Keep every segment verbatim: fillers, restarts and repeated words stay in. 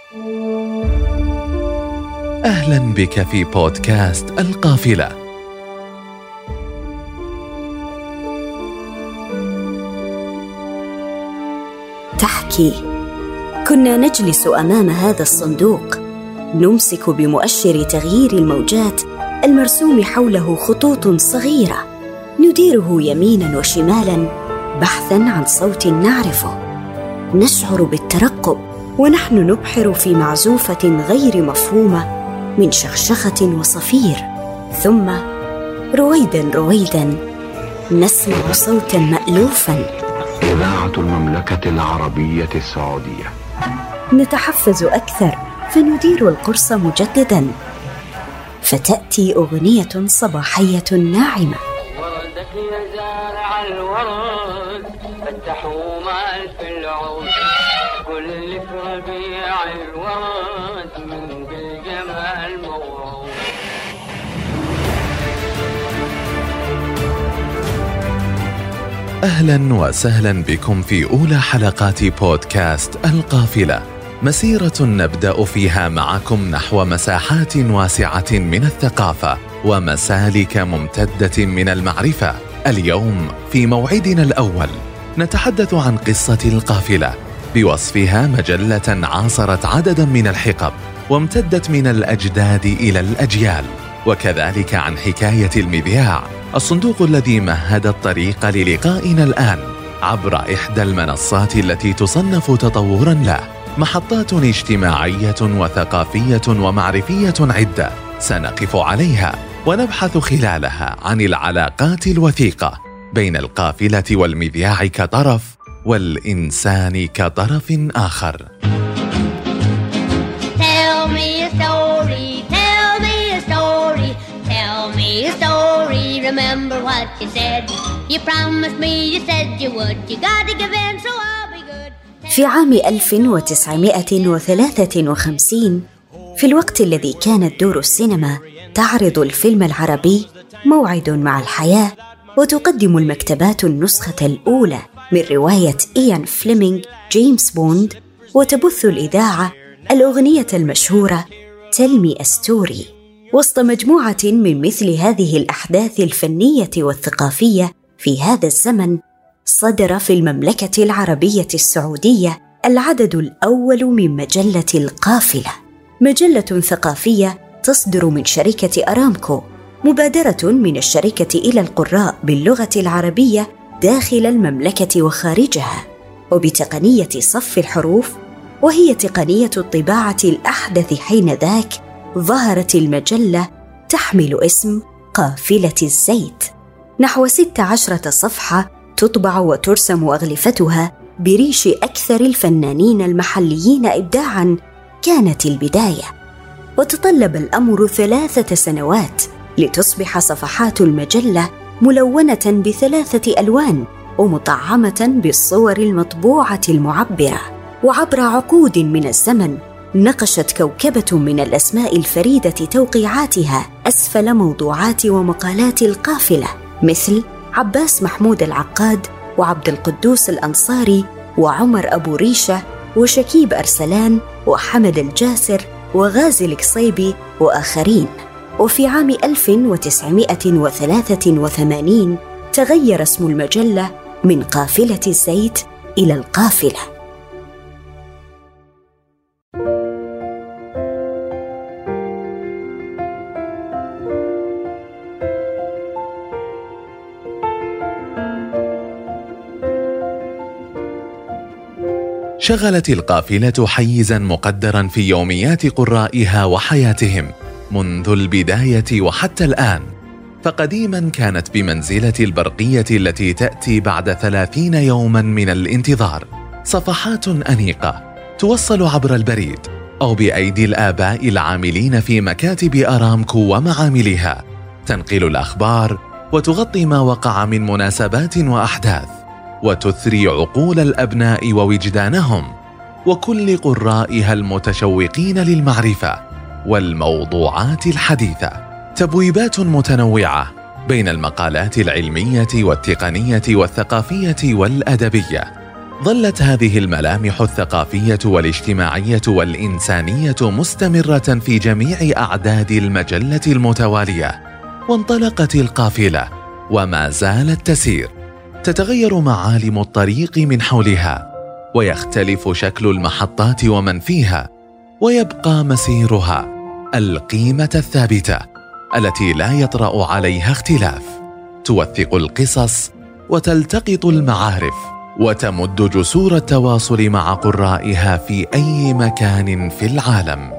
أهلا بك في بودكاست القافلة. تحكي: كنا نجلس أمام هذا الصندوق، نمسك بمؤشر تغيير الموجات المرسوم حوله خطوط صغيرة، نديره يميناً وشمالاً بحثاً عن صوت نعرفه. نشعر بالترقب ونحن نبحر في معزوفة غير مفهومة من شخشخة وصفير، ثم رويداً رويداً نسمع صوتاً مألوفاً: إذاعة المملكة العربية السعودية. نتحفز أكثر فندير القرص مجدداً، فتأتي أغنية صباحية ناعمة: وردك يا زارع الورد فتحوا مال في العود، كل اللي في ربيع الورد من بالجمال موعود. أهلا وسهلا بكم في أولى حلقات بودكاست القافلة، مسيرة نبدأ فيها معكم نحو مساحات واسعة من الثقافة ومسالك ممتدة من المعرفة. اليوم في موعدنا الأول نتحدث عن قصة القافلة، بوصفها مجلة عاصرت عددا من الحقب وامتدت من الأجداد إلى الأجيال، وكذلك عن حكاية المذياع، الصندوق الذي مهد الطريق للقائنا الآن عبر إحدى المنصات التي تصنف تطوراً له. محطات اجتماعية وثقافية ومعرفية عدة سنقف عليها ونبحث خلالها عن العلاقات الوثيقة بين القافلة والمذياع كطرف والإنسان كطرف آخر. Tell me a story, tell me a story, tell me a story, remember what you said, you promised me, you said you would, you gotta give in so I'll be good. في عام ألف وتسعمائة وثلاثة وخمسين، في الوقت الذي كانت دور السينما تعرض الفيلم العربي موعد مع الحياة، وتقدم المكتبات النسخة الأولى من رواية إيان فليمينغ جيمس بوند، وتبث الإذاعة الأغنية المشهورة Tell Me a Story. وسط مجموعة من مثل هذه الأحداث الفنية والثقافية في هذا الزمن، صدر في المملكة العربية السعودية العدد الأول من مجلة القافلة، مجلة ثقافية تصدر من شركة أرامكو، مبادرة من الشركة إلى القراء باللغة العربية داخل المملكة وخارجها، وبتقنية صف الحروف، وهي تقنية الطباعة الأحدث حين ذاك. ظهرت المجلة تحمل اسم قافلة الزيت، نحو ست عشرة صفحة تطبع وترسم أغلفتها بريش أكثر الفنانين المحليين إبداعاً. كانت البداية، وتطلب الأمر ثلاثة سنوات لتصبح صفحات المجلة ملونة بثلاثة ألوان ومطعمة بالصور المطبوعة المعبرة. وعبر عقود من الزمن نقشت كوكبة من الأسماء الفريدة توقيعاتها أسفل موضوعات ومقالات القافلة، مثل عباس محمود العقاد وعبد القدوس الأنصاري وعمر أبو ريشة وشكيب أرسلان وحمد الجاسر وغازي القصيبي وآخرين. وفي عام ألف وتسعمائة وثلاثة وثمانين تغير اسم المجلة من قافلة الزيت إلى القافلة. شغلت القافلة حيزاً مقدراً في يوميات قرائها وحياتهم منذ البداية وحتى الآن، فقديماً كانت بمنزلة البرقية التي تأتي بعد ثلاثين يوماً من الانتظار، صفحات أنيقة توصل عبر البريد أو بأيدي الآباء العاملين في مكاتب أرامكو ومعاملها، تنقل الأخبار وتغطي ما وقع من مناسبات وأحداث، وتثري عقول الأبناء ووجدانهم وكل قرائها المتشوقين للمعرفة والموضوعات الحديثة. تبويبات متنوعة بين المقالات العلمية والتقنية والثقافية والأدبية، ظلت هذه الملامح الثقافية والاجتماعية والإنسانية مستمرة في جميع أعداد المجلة المتوالية، وانطلقت القافلة وما زالت تسير، تتغير معالم الطريق من حولها، ويختلف شكل المحطات ومن فيها، ويبقى مسيرها القيمة الثابتة التي لا يطرأ عليها اختلاف، توثق القصص وتلتقط المعارف، وتمد جسور التواصل مع قرائها في أي مكان في العالم.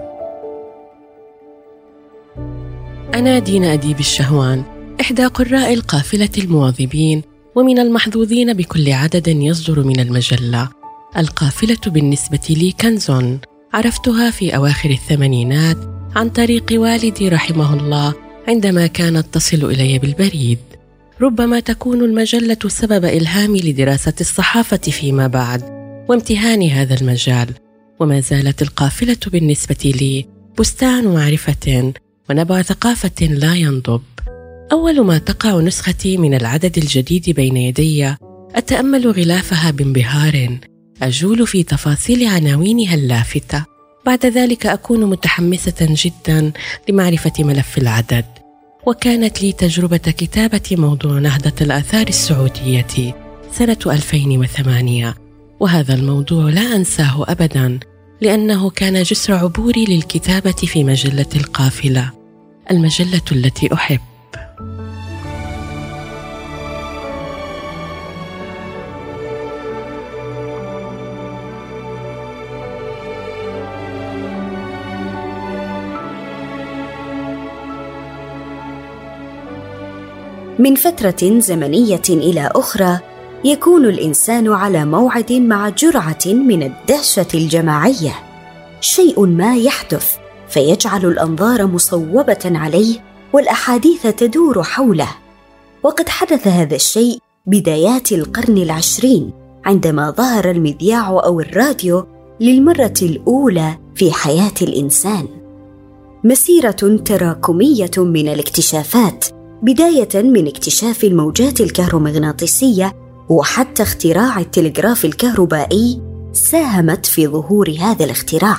أنا دينا أديب الشهوان، إحدى قراء القافلة المواظبين ومن المحظوظين بكل عدد يصدر من المجلة. القافلة بالنسبة لي كنز، عرفتها في أواخر الثمانينات عن طريق والدي رحمه الله عندما كانت تصل إلي بالبريد. ربما تكون المجلة سبب إلهامي لدراسة الصحافة فيما بعد وامتهان هذا المجال، وما زالت القافلة بالنسبة لي بستان معرفة ونبع ثقافة لا ينضب. أول ما تقع نسختي من العدد الجديد بين يدي أتأمل غلافها بانبهار، أجول في تفاصيل عناوينها اللافتة. بعد ذلك أكون متحمسة جدا لمعرفة ملف العدد. وكانت لي تجربة كتابة موضوع نهضة الآثار السعودية سنة ألفين وثمانية، وهذا الموضوع لا أنساه أبدا لأنه كان جسر عبوري للكتابة في مجلة القافلة، المجلة التي أحب. من فترة زمنية إلى أخرى يكون الإنسان على موعد مع جرعة من الدهشة الجماعية، شيء ما يحدث فيجعل الأنظار مصوبة عليه والأحاديث تدور حوله. وقد حدث هذا الشيء بدايات القرن العشرين عندما ظهر المذياع أو الراديو للمرة الأولى في حياة الإنسان. مسيرة تراكمية من الاكتشافات، بداية من اكتشاف الموجات الكهرومغناطيسية وحتى اختراع التلغراف الكهربائي ساهمت في ظهور هذا الاختراع.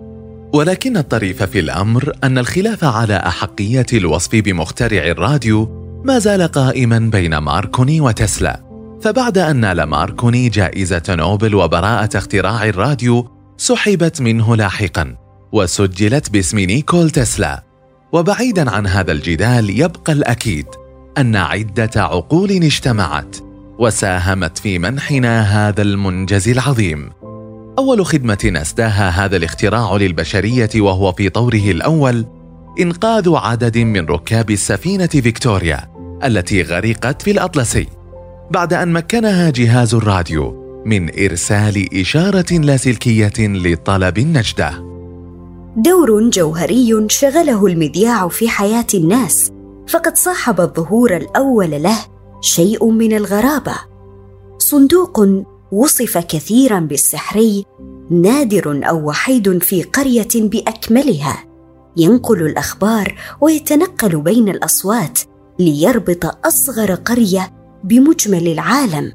ولكن الطريف في الأمر أن الخلاف على أحقية الوصف بمخترع الراديو ما زال قائما بين ماركوني وتسلا. فبعد أن نال ماركوني جائزة نوبل وبراءة اختراع الراديو، سحبت منه لاحقا وسجلت باسم نيكول تسلا. وبعيدا عن هذا الجدال يبقى الأكيد أن عدة عقول اجتمعت وساهمت في منحنا هذا المنجز العظيم. أول خدمة أسداها هذا الاختراع للبشرية وهو في طوره الأول إنقاذ عدد من ركاب السفينة فيكتوريا التي غرقت في الأطلسي، بعد أن مكنها جهاز الراديو من إرسال إشارة لاسلكية لطلب النجدة. دور جوهري شغله المذياع في حياة الناس، فقد صاحب الظهور الأول له شيء من الغرابة. صندوق وصف كثيراً بالسحري، نادر أو وحيد في قرية بأكملها، ينقل الأخبار ويتنقل بين الأصوات ليربط أصغر قرية بمجمل العالم.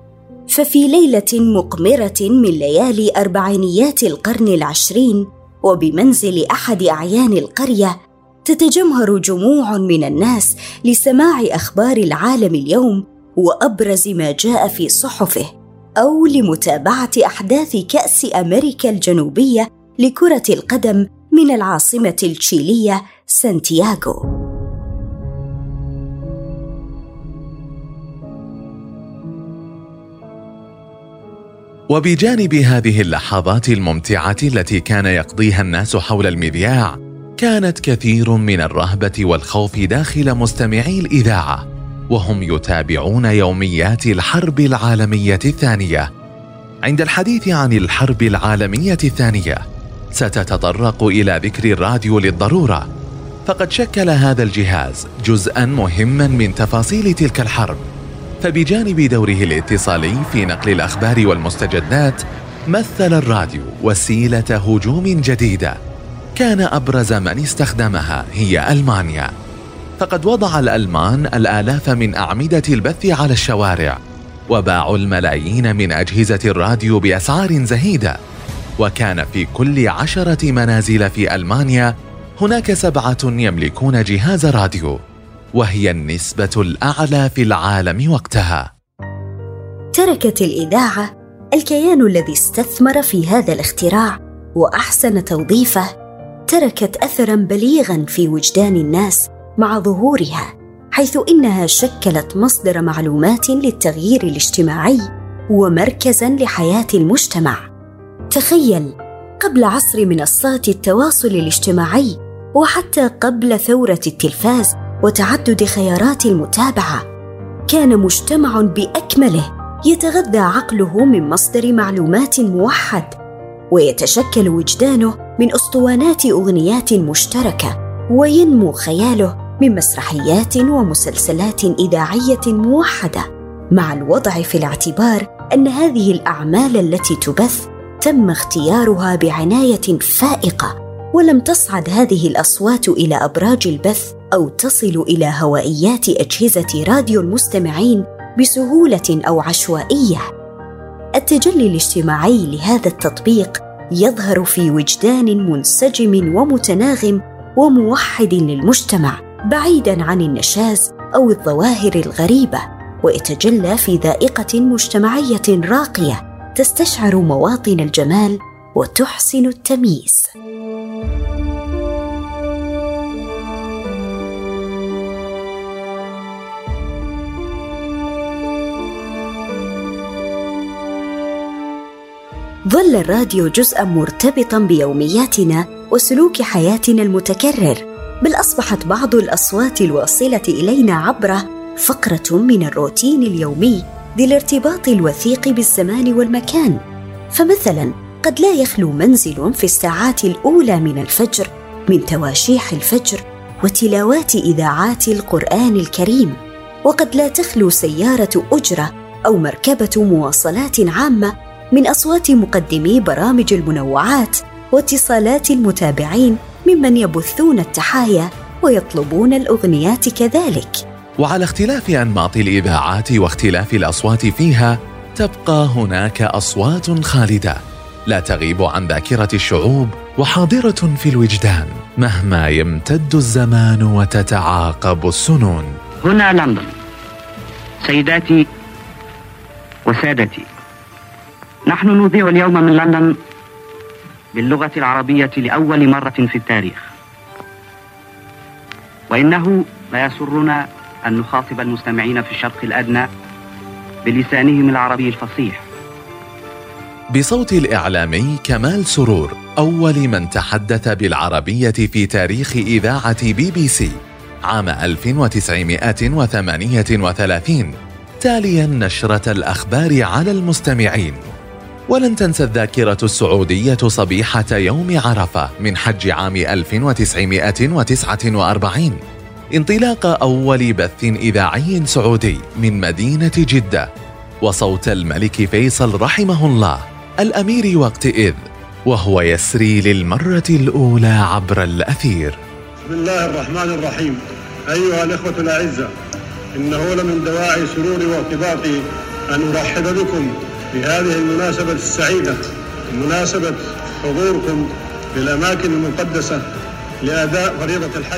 ففي ليلة مقمرة من ليالي أربعينيات القرن العشرين وبمنزل أحد أعيان القرية تتجمهر جموع من الناس لسماع أخبار العالم اليوم وأبرز ما جاء في صحفه، أو لمتابعة أحداث كأس أمريكا الجنوبية لكرة القدم من العاصمة التشيلية سانتياغو. وبجانب هذه اللحظات الممتعة التي كان يقضيها الناس حول المذياع، كانت كثير من الرهبة والخوف داخل مستمعي الإذاعة وهم يتابعون يوميات الحرب العالمية الثانية. عند الحديث عن الحرب العالمية الثانية ستتطرق إلى ذكر الراديو للضرورة، فقد شكل هذا الجهاز جزءاً مهماً من تفاصيل تلك الحرب. فبجانب دوره الاتصالي في نقل الأخبار والمستجدات، مثل الراديو وسيلة هجوم جديدة كان أبرز من استخدمها هي ألمانيا. فقد وضع الألمان الآلاف من أعمدة البث على الشوارع وباعوا الملايين من أجهزة الراديو بأسعار زهيدة. وكان في كل عشرة منازل في ألمانيا هناك سبعة يملكون جهاز راديو، وهي النسبة الأعلى في العالم وقتها. تركت الإذاعة الكيان الذي استثمر في هذا الاختراع وأحسن توظيفه، تركت أثراً بليغاً في وجدان الناس مع ظهورها، حيث إنها شكلت مصدر معلومات للتغيير الاجتماعي ومركزاً لحياة المجتمع. تخيل، قبل عصر منصات التواصل الاجتماعي وحتى قبل ثورة التلفاز وتعدد خيارات المتابعة، كان مجتمع بأكمله يتغذى عقله من مصدر معلومات موحد، ويتشكل وجدانه من أسطوانات أغنيات مشتركة، وينمو خياله من مسرحيات ومسلسلات إذاعية موحدة، مع الوضع في الاعتبار أن هذه الأعمال التي تبث تم اختيارها بعناية فائقة، ولم تصعد هذه الأصوات إلى أبراج البث أو تصل إلى هوائيات أجهزة راديو المستمعين بسهولة أو عشوائية. التجلي الاجتماعي لهذا التطبيق يظهر في وجدان منسجم ومتناغم وموحد للمجتمع، بعيداً عن النشاز أو الظواهر الغريبة، ويتجلى في ذائقة مجتمعية راقية تستشعر مواطن الجمال وتحسن التمييز. ظل الراديو جزءاً مرتبطاً بيومياتنا وسلوك حياتنا المتكرر، بل أصبحت بعض الأصوات الواصلة إلينا عبره فقرة من الروتين اليومي ذي الارتباط الوثيق بالزمان والمكان. فمثلاً قد لا يخلو منزل في الساعات الأولى من الفجر من تواشيح الفجر وتلاوات إذاعات القرآن الكريم، وقد لا تخلو سيارة أجرة أو مركبة مواصلات عامة من أصوات مقدمي برامج المنوعات واتصالات المتابعين ممن يبثون التحايا ويطلبون الأغنيات كذلك. وعلى اختلاف أنماط الإذاعات واختلاف الأصوات فيها، تبقى هناك أصوات خالدة لا تغيب عن ذاكرة الشعوب وحاضرة في الوجدان مهما يمتد الزمان وتتعاقب السنون. هنا لندن، سيداتي وسادتي، نحن نذيع اليوم من لندن باللغة العربية لأول مرة في التاريخ، وإنه لا يسرنا أن نخاطب المستمعين في الشرق الأدنى بلسانهم العربي الفصيح. بصوت الإعلامي كمال سرور، أول من تحدث بالعربية في تاريخ إذاعة بي بي سي عام ألف وتسعمائة وثمانية وثلاثين، تالياً نشرة الأخبار على المستمعين. ولن تنسى الذاكرة السعودية صبيحة يوم عرفة من حج عام ألف وتسعمائة وتسعة وأربعين، انطلاق أول بث إذاعي سعودي من مدينة جدة، وصوت الملك فيصل رحمه الله الأمير وقتئذ وهو يسري للمرة الأولى عبر الأثير. بسم الله الرحمن الرحيم. أيها الإخوة الأعزاء، إنه لمن دواعي سروري وارتباطي أن أرحب بكم في هذه المناسبة السعيدة، مناسبة حضوركم للأماكن المقدسة لأداء فريضة الحج.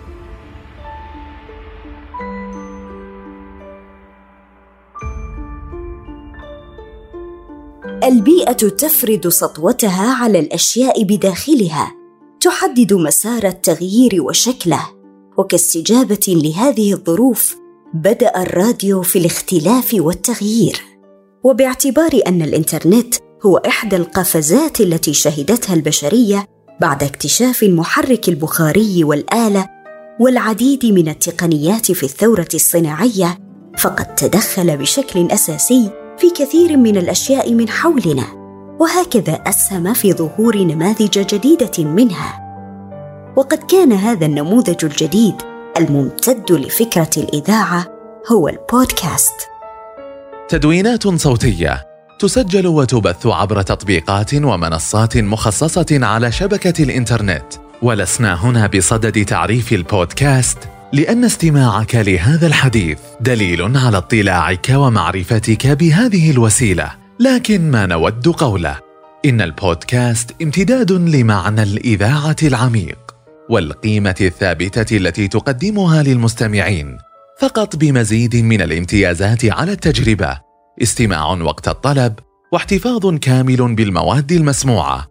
البيئة تفرض سطوتها على الأشياء بداخلها، تحدد مسار التغيير وشكله. وكاستجابة لهذه الظروف بدأ الراديو في الاختلاف والتغيير. وباعتبار أن الإنترنت هو إحدى القفزات التي شهدتها البشرية بعد اكتشاف المحرك البخاري والآلة والعديد من التقنيات في الثورة الصناعية، فقد تدخل بشكل أساسي في كثير من الأشياء من حولنا، وهكذا أسهم في ظهور نماذج جديدة منها. وقد كان هذا النموذج الجديد الممتد لفكرة الإذاعة هو البودكاست، تدوينات صوتية تسجل وتبث عبر تطبيقات ومنصات مخصصة على شبكة الإنترنت. ولسنا هنا بصدد تعريف البودكاست، لأن استماعك لهذا الحديث دليل على اطلاعك ومعرفتك بهذه الوسيلة. لكن ما نود قوله إن البودكاست امتداد لمعنى الإذاعة العميق والقيمة الثابتة التي تقدمها للمستمعين، فقط بمزيد من الامتيازات على التجربة، استماع وقت الطلب، واحتفاظ كامل بالمواد المسموعة،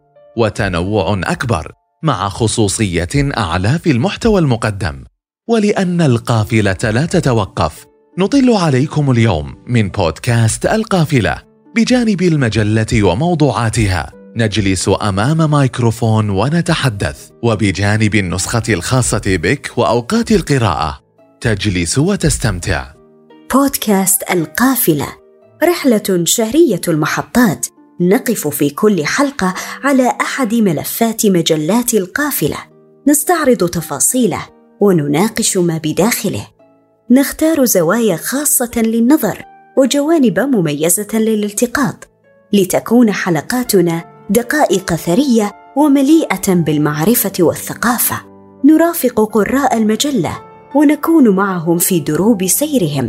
وتنوع أكبر مع خصوصية أعلى في المحتوى المقدم. ولأن القافلة لا تتوقف، نطل عليكم اليوم من بودكاست القافلة بجانب المجلة وموضوعاتها. نجلس أمام ميكروفون ونتحدث، وبجانب النسخة الخاصة بك وأوقات القراءة تجلس وتستمتع. بودكاست القافلة رحلة شهرية المحطات، نقف في كل حلقة على أحد ملفات مجلات القافلة، نستعرض تفاصيله ونناقش ما بداخله، نختار زوايا خاصة للنظر وجوانب مميزة للالتقاط، لتكون حلقاتنا دقائق ثرية ومليئة بالمعرفة والثقافة. نرافق قراء المجلة ونكون معهم في دروب سيرهم،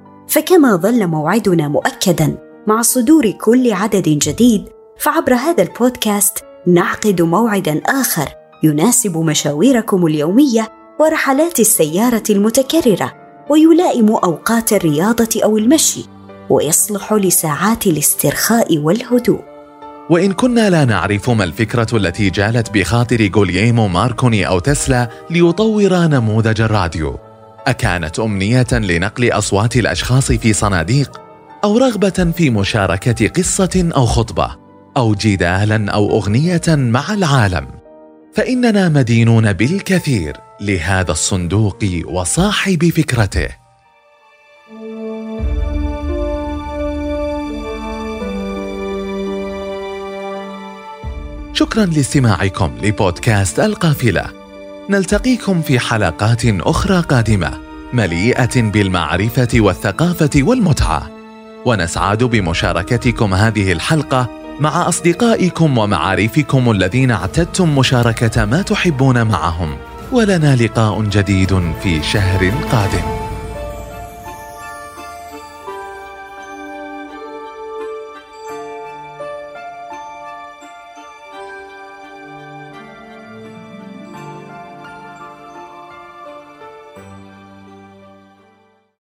فكما ظل موعدنا مؤكداً مع صدور كل عدد جديد، فعبر هذا البودكاست نعقد موعداً آخر يناسب مشاويركم اليومية ورحلات السيارة المتكررة، ويلائم أوقات الرياضة أو المشي، ويصلح لساعات الاسترخاء والهدوء. وإن كنا لا نعرف ما الفكرة التي جالت بخاطر غولييمو ماركوني أو تسلا ليطور نموذج الراديو، أكانت أمنية لنقل أصوات الأشخاص في صناديق، أو رغبة في مشاركة قصة أو خطبة، أو جدالاً أو أغنية مع العالم، فإننا مدينون بالكثير لهذا الصندوق وصاحب فكرته. شكراً لاستماعكم لبودكاست القافلة. نلتقيكم في حلقات أخرى قادمة مليئة بالمعرفة والثقافة والمتعة، ونسعد بمشاركتكم هذه الحلقة مع أصدقائكم ومعارفكم الذين اعتدتم مشاركة ما تحبون معهم. ولنا لقاء جديد في شهر قادم.